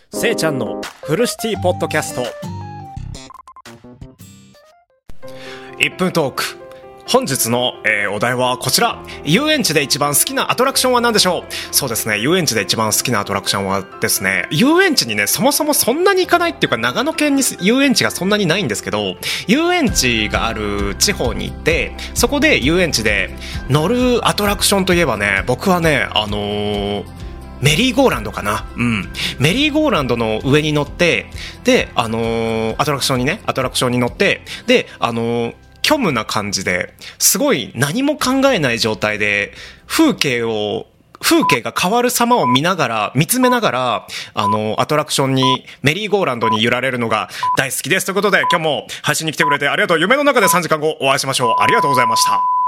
せいちゃんのフルシティポッドキャスト1分トーク。本日の、お題はこちら。遊園地で一番好きなアトラクションは何でしょう？そうですね、遊園地で一番好きなアトラクションはですね、遊園地にね、そもそもそんなに行かないっていうか、長野県に遊園地がそんなにないんですけど、遊園地がある地方に行って、そこで遊園地で乗るアトラクションといえばね、僕はね、メリーゴーランドかな。メリーゴーランドの上に乗って、で、アトラクションに乗って、で、虚無な感じで、すごい何も考えない状態で、風景が変わる様を見つめながら、アトラクションに、メリーゴーランドに揺られるのが大好きです。ということで、今日も配信に来てくれてありがとう。夢の中で3時間後お会いしましょう。ありがとうございました。